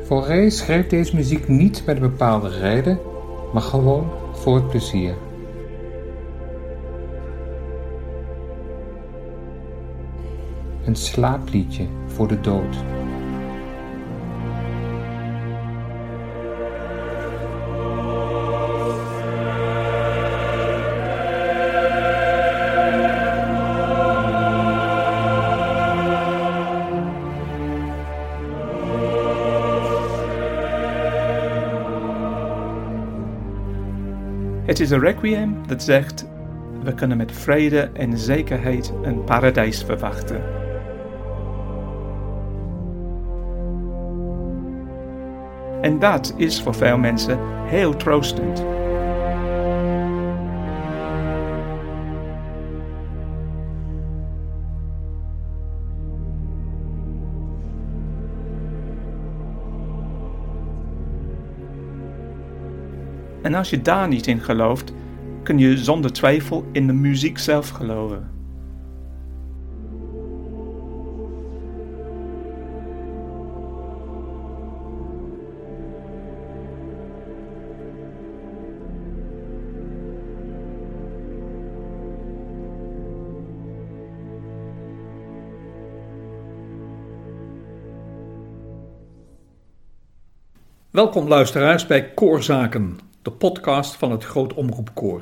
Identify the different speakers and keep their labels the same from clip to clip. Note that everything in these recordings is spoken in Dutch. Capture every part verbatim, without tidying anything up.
Speaker 1: Fauré schreef deze muziek niet met een bepaalde reden, maar gewoon voor het plezier. Een slaapliedje voor de dood.
Speaker 2: Het is een requiem dat zegt, we kunnen met vrede en zekerheid een paradijs verwachten. En dat is voor veel mensen heel troostend. En als je daar niet in gelooft, kun je zonder twijfel in de muziek zelf geloven.
Speaker 3: Welkom luisteraars bij Koorzaken, de podcast van het Groot Omroepkoor.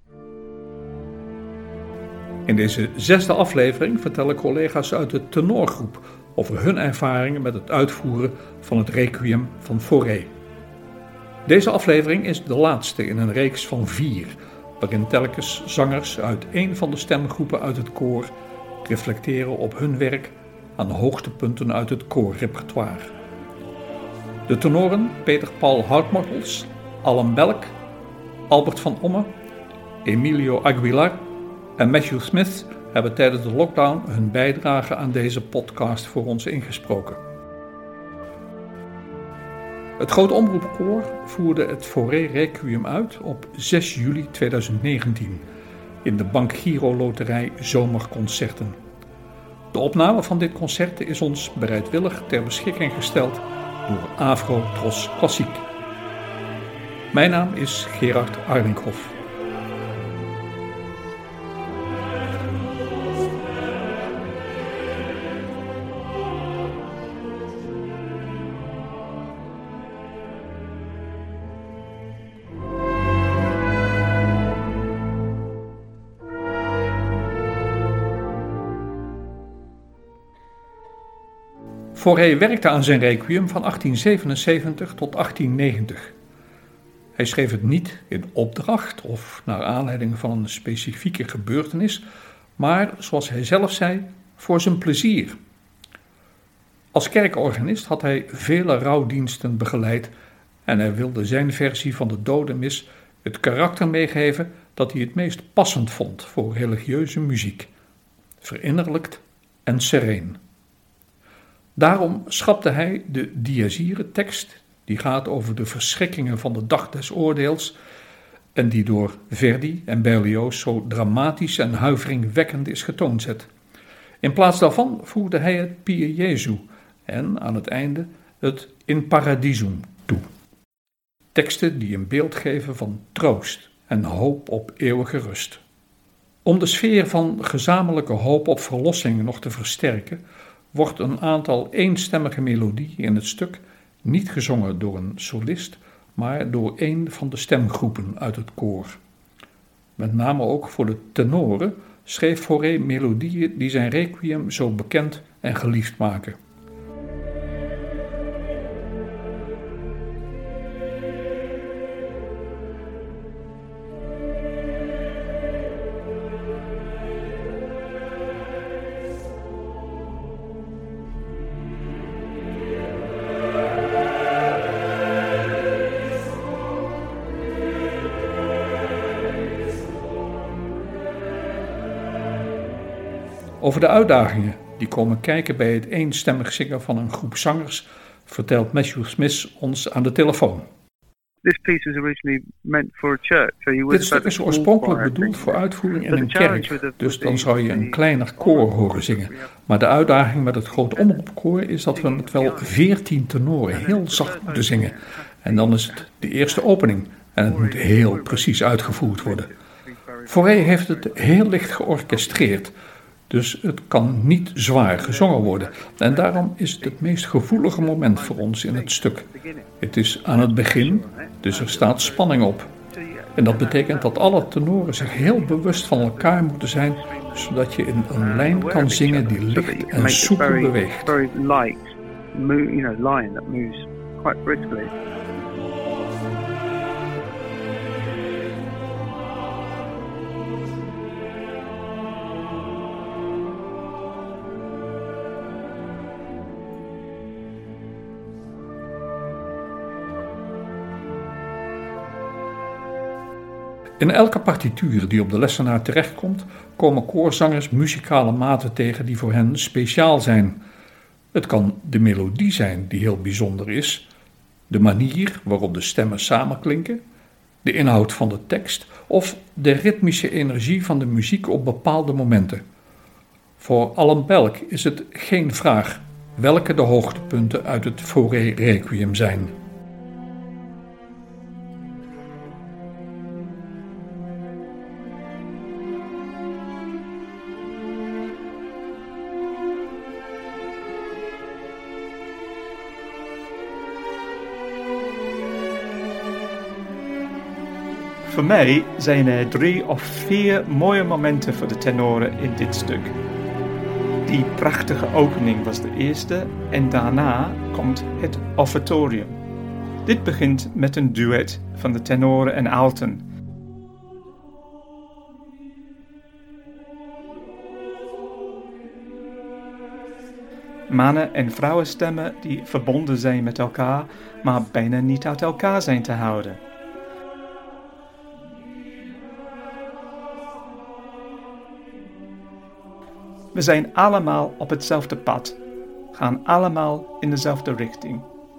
Speaker 3: In deze zesde aflevering vertellen collega's uit de tenorgroep over hun ervaringen met het uitvoeren van het requiem van Fauré. Deze aflevering is de laatste in een reeks van vier, waarin telkens zangers uit één van de stemgroepen uit het koor reflecteren op hun werk aan de hoogtepunten uit het koorrepertoire. De tenoren Peter Paul Houtmortels, Alan Belk, Albert van Omme, Emilio Aguilar en Matthew Smith hebben tijdens de lockdown hun bijdrage aan deze podcast voor ons ingesproken. Het Groot Omroepkoor voerde het Fauré Requiem uit op zes juli tweeduizend negentien in de Bank Giro Loterij Zomerconcerten. De opname van dit concert is ons bereidwillig ter beschikking gesteld door Avro Tros Klassiek. Mijn naam is Gerard Arlinkhoff. Fauré werkte aan zijn requiem van achttien zevenenzeventig tot achttien negentig. Hij schreef het niet in opdracht of naar aanleiding van een specifieke gebeurtenis, maar, zoals hij zelf zei, voor zijn plezier. Als kerkorganist had hij vele rouwdiensten begeleid en hij wilde zijn versie van de dodenmis het karakter meegeven dat hij het meest passend vond voor religieuze muziek, verinnerlijkt en sereen. Daarom schapte hij de diaziere tekst, die gaat over de verschrikkingen van de dag des oordeels en die door Verdi en Berlioz zo dramatisch en huiveringwekkend is getoonzet. In plaats daarvan voegde hij het Pie Jesu en aan het einde het In Paradisum toe. Teksten die een beeld geven van troost en hoop op eeuwige rust. Om de sfeer van gezamenlijke hoop op verlossing nog te versterken, wordt een aantal eenstemmige melodieën in het stuk niet gezongen door een solist, maar door een van de stemgroepen uit het koor. Met name ook voor de tenoren schreef Fauré melodieën die zijn requiem zo bekend en geliefd maken. Over de uitdagingen die komen kijken bij het eenstemmig zingen van een groep zangers vertelt Matthew Smith ons aan de telefoon.
Speaker 4: this piece was originally meant for a church. So you would
Speaker 3: Dit stuk is oorspronkelijk bedoeld voor uitvoering in een kerk, dus dan zou je een kleiner koor horen zingen. Maar de uitdaging met het groot omroepkoor is dat we het wel veertien tenoren heel zacht moeten zingen. En dan is het de eerste opening en het moet heel precies uitgevoerd worden. Fauré heeft het heel licht georchestreerd, dus het kan niet zwaar gezongen worden. En daarom is het het meest gevoelige moment voor ons in het stuk. Het is aan het begin, dus er staat spanning op. En dat betekent dat alle tenoren zich heel bewust van elkaar moeten zijn, zodat je in een lijn kan zingen die licht en soepel beweegt. In elke partituur die op de lessenaar terechtkomt, komen koorzangers muzikale maten tegen die voor hen speciaal zijn. Het kan de melodie zijn die heel bijzonder is, de manier waarop de stemmen samenklinken, de inhoud van de tekst of de ritmische energie van de muziek op bepaalde momenten. Voor Alan Belk is het geen vraag welke de hoogtepunten uit het Fauré Requiem zijn.
Speaker 2: Voor mij zijn er drie of vier mooie momenten voor de tenoren in dit stuk. Die prachtige opening was de eerste en daarna komt het offertorium. Dit begint met een duet van de tenoren en alten. Mannen- en vrouwenstemmen die verbonden zijn met elkaar, maar bijna niet uit elkaar zijn te houden. We zijn allemaal op hetzelfde pad, gaan allemaal in dezelfde richting.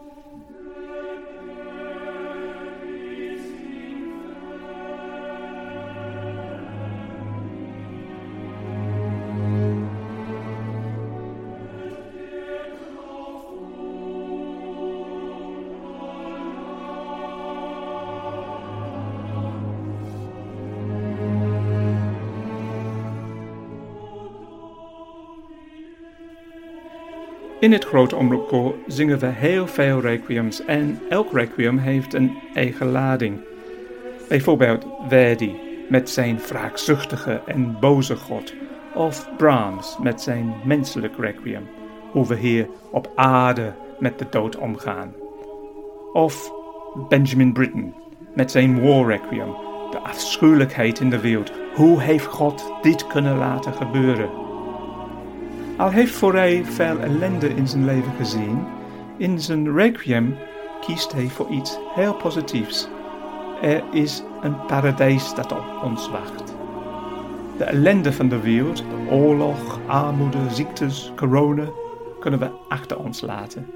Speaker 2: In het groot omroepkoor zingen we heel veel requiems en elk requiem heeft een eigen lading. Bijvoorbeeld Verdi met zijn wraakzuchtige en boze God, of Brahms met zijn menselijk requiem, hoe we hier op aarde met de dood omgaan. Of Benjamin Britten met zijn War Requiem, de afschuwelijkheid in de wereld. Hoe heeft God dit kunnen laten gebeuren? Al heeft Fauré veel ellende in zijn leven gezien, in zijn requiem kiest hij voor iets heel positiefs. Er is een paradijs dat op ons wacht. De ellende van de wereld, de oorlog, armoede, ziektes, corona, kunnen we achter ons laten.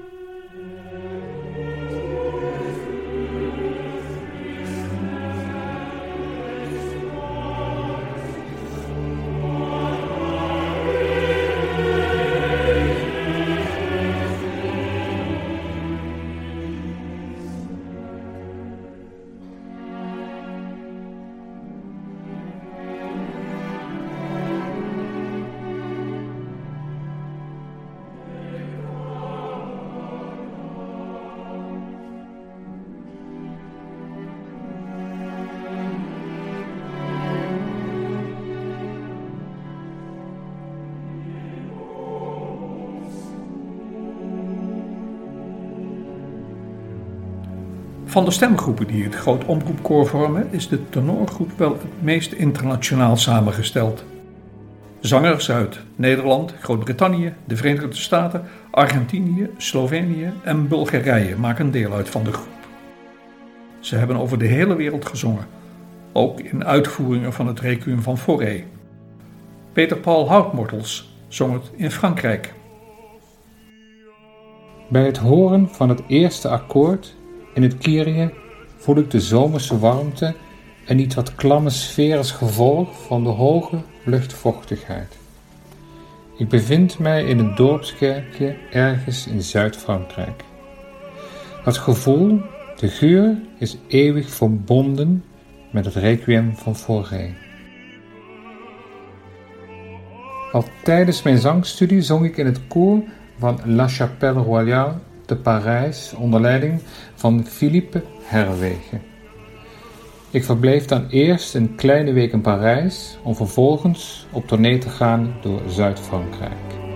Speaker 3: Van de stemgroepen die het groot omroepkoor vormen, is de tenorgroep wel het meest internationaal samengesteld. Zangers uit Nederland, Groot-Brittannië, de Verenigde Staten, Argentinië, Slovenië en Bulgarije maken deel uit van de groep. Ze hebben over de hele wereld gezongen, ook in uitvoeringen van het Requiem van Fauré. Peter Paul Houtmortels zong het in Frankrijk.
Speaker 1: Bij het horen van het eerste akkoord in het Kyrie voel ik de zomerse warmte en iets wat klamme sfeer als gevolg van de hoge luchtvochtigheid. Ik bevind mij in een dorpskerkje ergens in Zuid-Frankrijk. Dat gevoel, de geur, is eeuwig verbonden met het requiem van Fauré. Al tijdens mijn zangstudie zong ik in het koor van La Chapelle Royale te Parijs onder leiding van Philippe Herwegen. Ik verbleef dan eerst een kleine week in Parijs om vervolgens op tournee te gaan door Zuid-Frankrijk.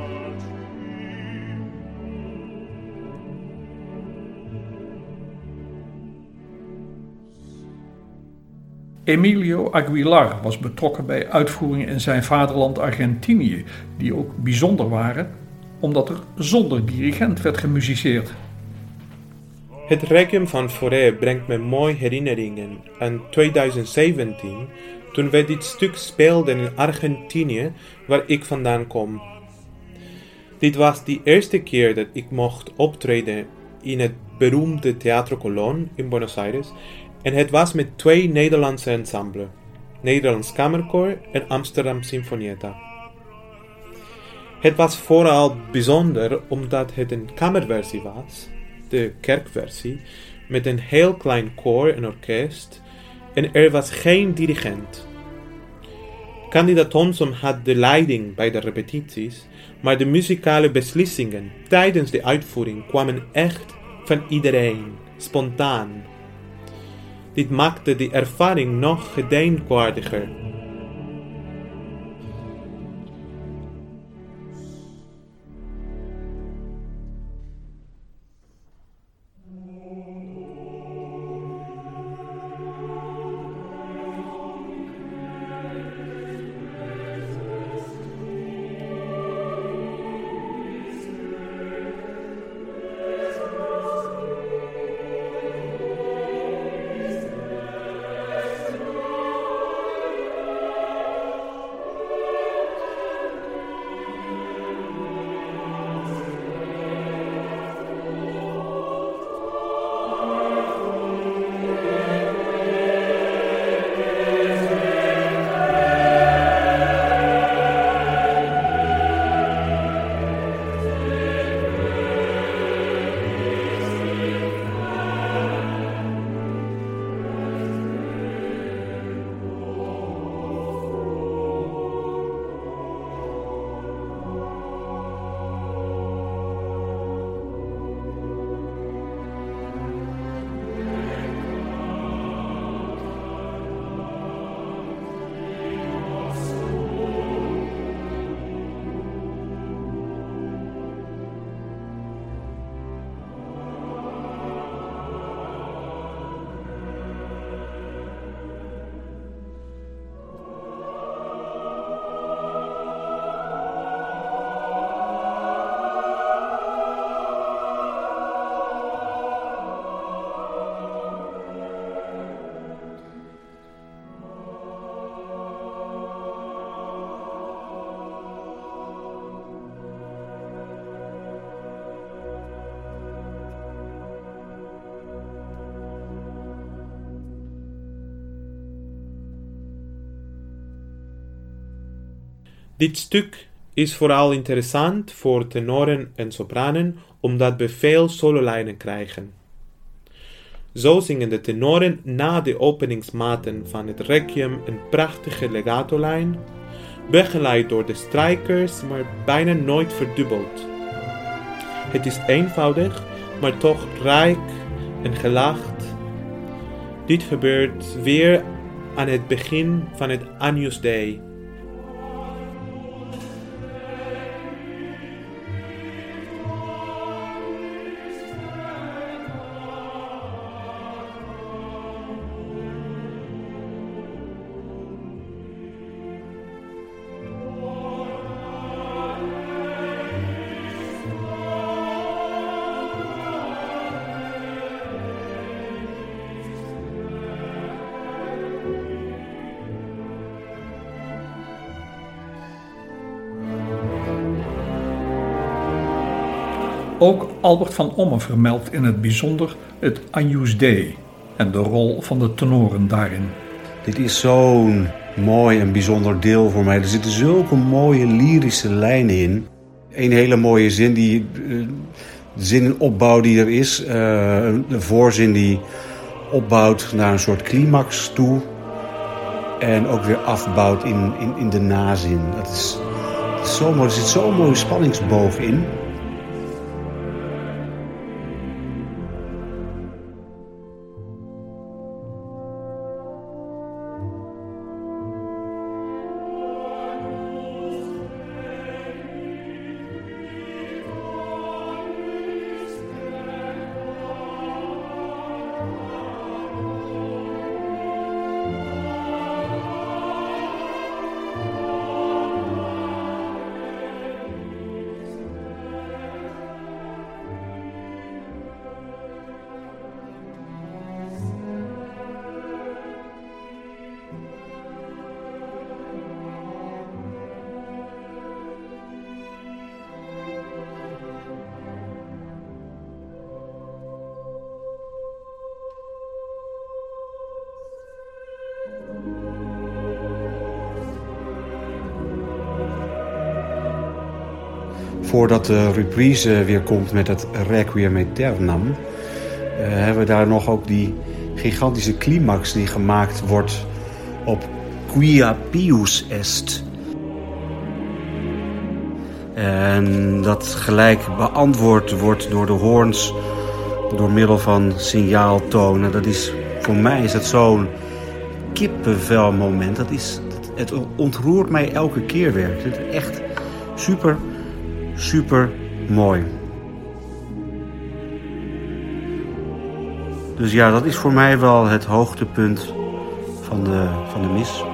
Speaker 3: Emilio Aguilar was betrokken bij uitvoeringen in zijn vaderland Argentinië, die ook bijzonder waren, omdat er zonder dirigent werd gemusiceerd.
Speaker 5: Het requiem van Fauré brengt me mooie herinneringen aan twintig zeventien, toen we dit stuk speelden in Argentinië, waar ik vandaan kom. Dit was de eerste keer dat ik mocht optreden in het beroemde Teatro Colón in Buenos Aires, en het was met twee Nederlandse ensembles, Nederlands Kamerkoor en Amsterdam Sinfonietta. Het was vooral bijzonder omdat het een kamerversie was, de kerkversie, met een heel klein koor en orkest, en er was geen dirigent. Candida Thompson had de leiding bij de repetities, maar de muzikale beslissingen tijdens de uitvoering kwamen echt van iedereen, spontaan. Dit maakte de ervaring nog gedenkwaardiger. Dit stuk is vooral interessant voor tenoren en sopranen omdat we veel sololijnen krijgen. Zo zingen de tenoren na de openingsmaten van het requiem een prachtige legato-lijn, begeleid door de strijkers, maar bijna nooit verdubbeld. Het is eenvoudig, maar toch rijk en gelaagd. Dit gebeurt weer aan het begin van het Agnus Dei.
Speaker 3: Ook Albert van Omme vermeldt in het bijzonder het Agnus Dei, en de rol van de tenoren daarin.
Speaker 6: Dit is zo'n mooi en bijzonder deel voor mij. Er zitten zulke mooie lyrische lijnen in. Een hele mooie zin, die, uh, de zinnenopbouw die er is. Uh, de voorzin die opbouwt naar een soort climax toe. En ook weer afbouwt in, in, in de nazin. Dat is, dat is zo mooi. Er zit zo'n mooie spanningsboog in. Voordat de reprise weer komt met het Requiem Aeternam, uh, hebben we daar nog ook die gigantische climax die gemaakt wordt op Quia Pius Est. En dat gelijk beantwoord wordt door de hoorns door middel van signaaltonen. Dat is, voor mij is dat zo'n kippenvel moment. Dat is, het ontroert mij elke keer weer. Het is echt super, super mooi. Dus ja, dat is voor mij wel het hoogtepunt van de, van de mis.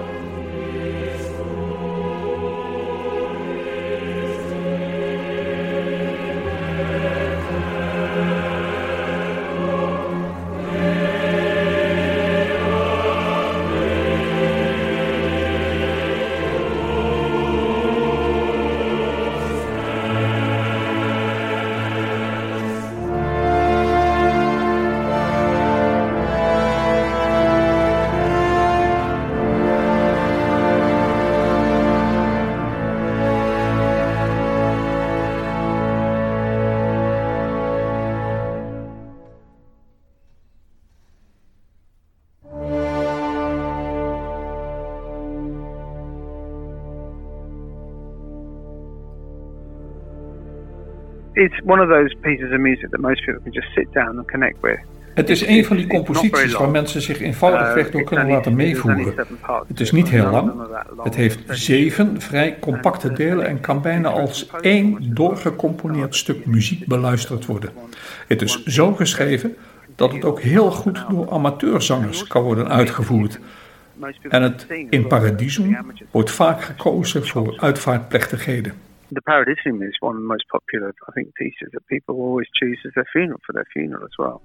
Speaker 4: It's one of those pieces of music that most people can just sit down and connect with.
Speaker 3: Het is een van die composities waar mensen zich eenvoudigweg door kunnen laten meevoeren. Het is niet heel lang. Het heeft zeven vrij compacte delen en kan bijna als één doorgecomponeerd stuk muziek beluisterd worden. Het is zo geschreven dat het ook heel goed door amateurzangers kan worden uitgevoerd. En het In Paradisum wordt vaak gekozen voor uitvaartplechtigheden.
Speaker 4: The Paradisium is one of the most popular, I think, pieces that people always choose as their funeral for their funeral as well.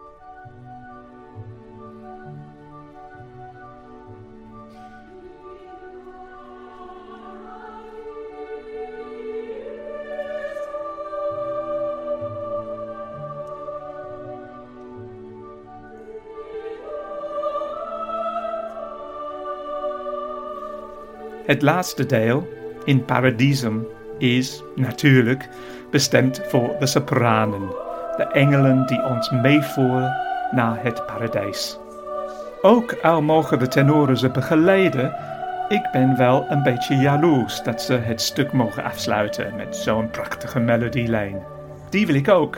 Speaker 2: Het laatste deel, In Paradisum, is natuurlijk bestemd voor de sopranen, de engelen die ons meevoeren naar het paradijs. Ook al mogen de tenoren ze begeleiden, ik ben wel een beetje jaloers dat ze het stuk mogen afsluiten met zo'n prachtige melodielijn. Die wil ik ook.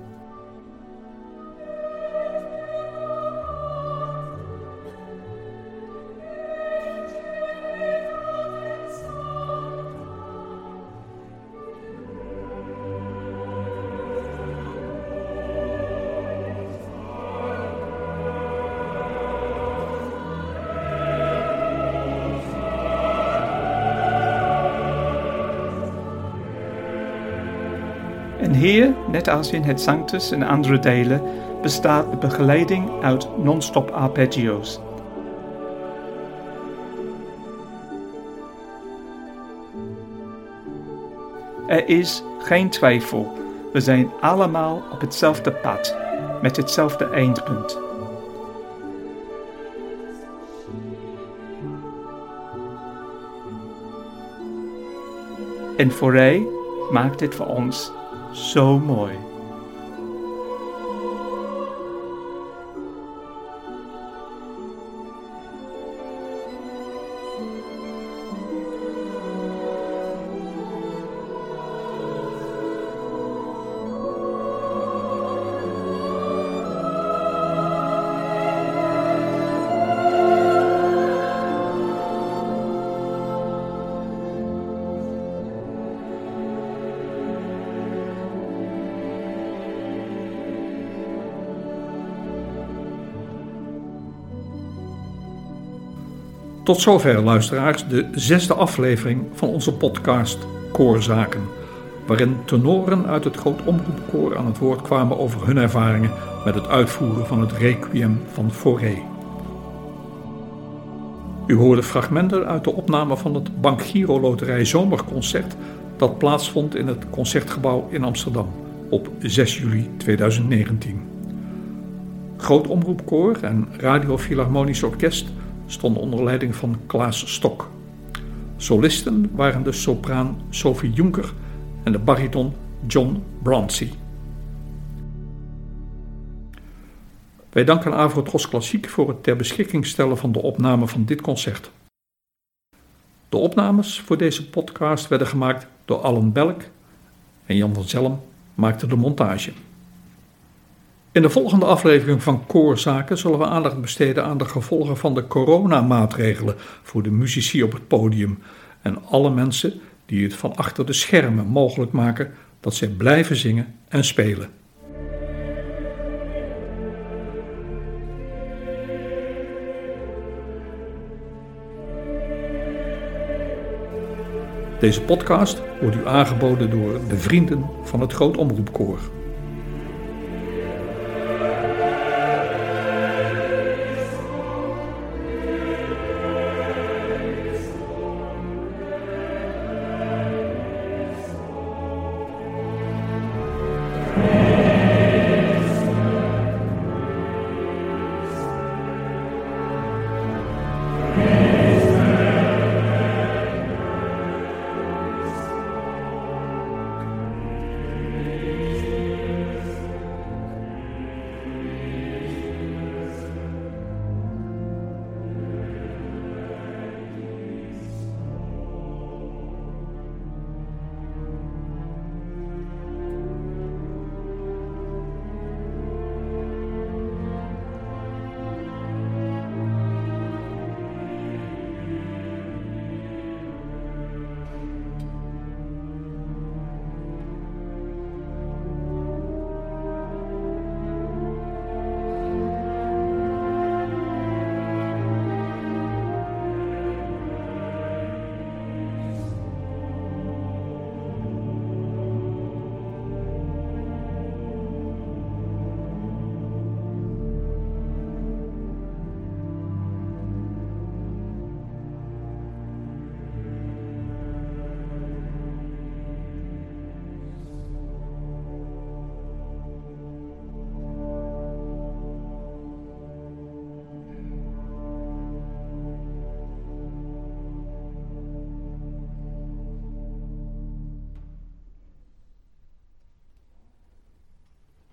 Speaker 2: En hier, net als in het Sanctus en andere delen, bestaat de begeleiding uit non-stop arpeggio's. Er is geen twijfel, we zijn allemaal op hetzelfde pad, met hetzelfde eindpunt. En Fauré maakt dit voor ons zo mooi.
Speaker 3: Tot zover, luisteraars, de zesde aflevering van onze podcast Koorzaken, waarin tenoren uit het Groot Omroepkoor aan het woord kwamen over hun ervaringen met het uitvoeren van het requiem van Fauré. U hoorde fragmenten uit de opname van het Bank Giro Loterij Zomerconcert dat plaatsvond in het Concertgebouw in Amsterdam op zes juli tweeduizend negentien. Groot Omroepkoor en Radio Philharmonisch Orkest stonden onder leiding van Klaas Stok. Solisten waren de sopraan Sophie Jonker en de bariton John Bronsey. Wij danken Avrotros Klassiek voor het ter beschikking stellen van de opname van dit concert. De opnames voor deze podcast werden gemaakt door Allen Belk en Jan van Zelm maakte de montage. In de volgende aflevering van Koorzaken zullen we aandacht besteden aan de gevolgen van de coronamaatregelen voor de muzici op het podium en alle mensen die het van achter de schermen mogelijk maken dat zij blijven zingen en spelen. Deze podcast wordt u aangeboden door de vrienden van het Groot Omroepkoor.